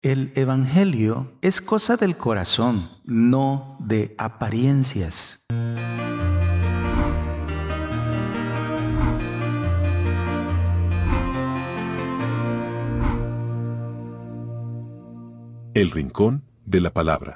El Evangelio es cosa del corazón, no de apariencias. El Rincón de la Palabra.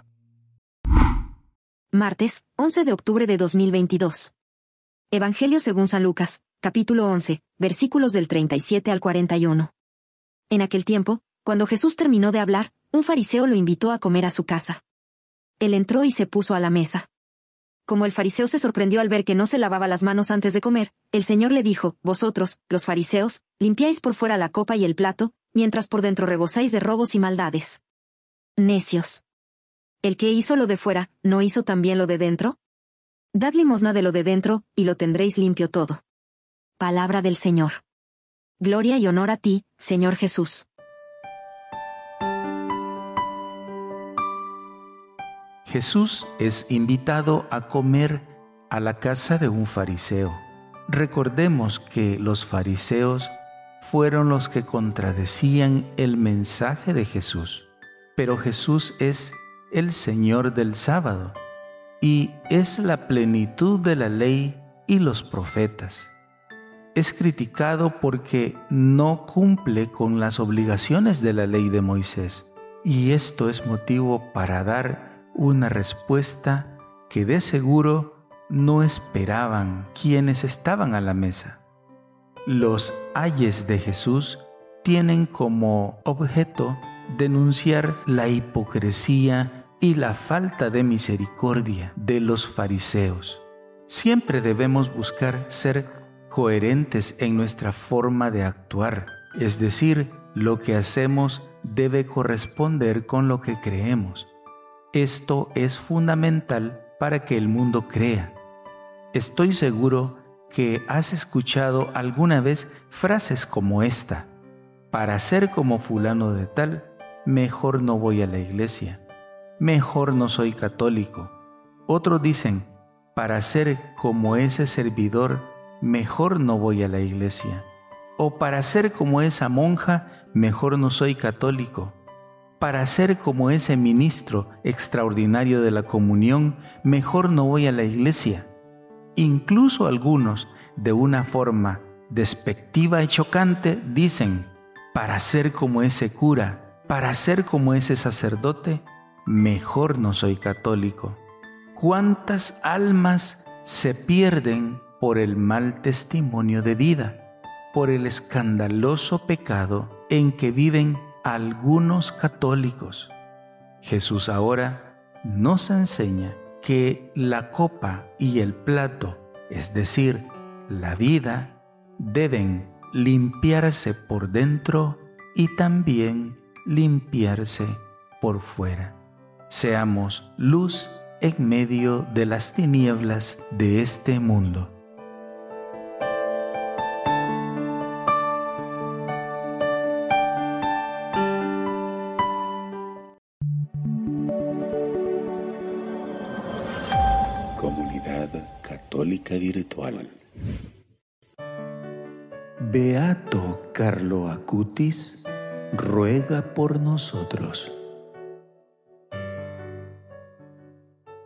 Martes, 11 de octubre de 2022. Evangelio según San Lucas, capítulo 11, versículos del 37 al 41. En aquel tiempo, cuando Jesús terminó de hablar, un fariseo lo invitó a comer a su casa. Él entró y se puso a la mesa. Como el fariseo se sorprendió al ver que no se lavaba las manos antes de comer, el Señor le dijo: Vosotros, los fariseos, limpiáis por fuera la copa y el plato, mientras por dentro rebosáis de robos y maldades. Necios. ¿El que hizo lo de fuera, no hizo también lo de dentro? Dad limosna de lo de dentro, y lo tendréis limpio todo. Palabra del Señor. Gloria y honor a ti, Señor Jesús. Jesús es invitado a comer a la casa de un fariseo. Recordemos que los fariseos fueron los que contradecían el mensaje de Jesús. Pero Jesús es el Señor del sábado y es la plenitud de la ley y los profetas. Es criticado porque no cumple con las obligaciones de la ley de Moisés, y esto es motivo para dar una respuesta que de seguro no esperaban quienes estaban a la mesa. Los ayes de Jesús tienen como objeto denunciar la hipocresía y la falta de misericordia de los fariseos. Siempre debemos buscar ser coherentes en nuestra forma de actuar, es decir, lo que hacemos debe corresponder con lo que creemos. Esto es fundamental para que el mundo crea. Estoy seguro que has escuchado alguna vez frases como esta: para ser como fulano de tal, mejor no voy a la iglesia, mejor no soy católico. Otros dicen: para ser como ese servidor, mejor no voy a la iglesia. O para ser como esa monja, mejor no soy católico. Para ser como ese ministro extraordinario de la comunión, mejor no voy a la iglesia. Incluso algunos, de una forma despectiva y chocante, dicen: para ser como ese cura, para ser como ese sacerdote, mejor no soy católico. ¿Cuántas almas se pierden por el mal testimonio de vida, por el escandaloso pecado en que viven algunos católicos? Jesús ahora nos enseña que la copa y el plato, es decir, la vida, deben limpiarse por dentro y también limpiarse por fuera. Seamos luz en medio de las tinieblas de este mundo. Comunidad Católica Virtual. Beato Carlo Acutis ruega por nosotros.